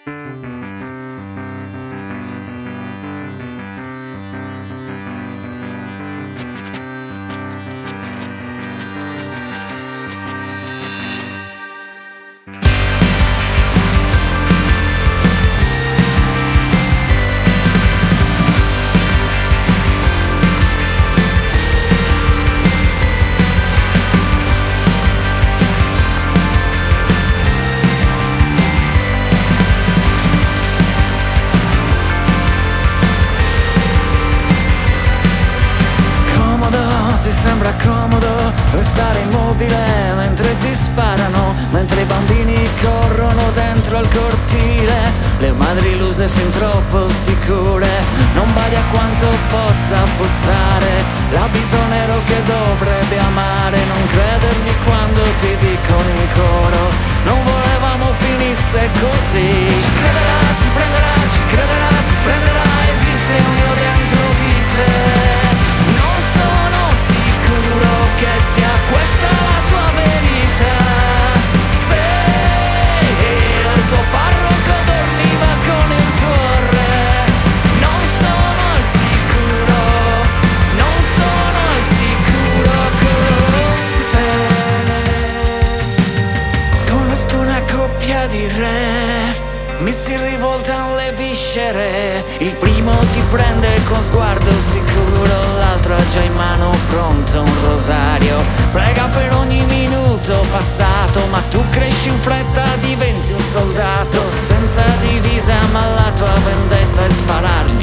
Sembra comodo restare immobile mentre ti sparano, mentre i bambini corrono dentro al cortile, le madri illuse fin troppo sicure, non badi a quanto possa puzzare l'abito nero che dovrebbe amare, non credermi quando ti dicono in coro non volevamo finisse così. Ci crederà, ti prenderà, ci crederà, ti prenderà, esiste un io dentro di te. Non sono sicuro che sia questa la tua verità. Se il tuo parroco dormiva con il tuo re, non sono al sicuro, non sono al sicuro con te. Conosco una coppia di re, mi si rivoltano le viscere, il primo ti prende con sguardo sicuro, l'altro ha già in mano pronto un rosario, prega per ogni minuto passato, ma tu cresci in fretta, diventi un soldato senza divisa, ma la tua vendetta è sparargli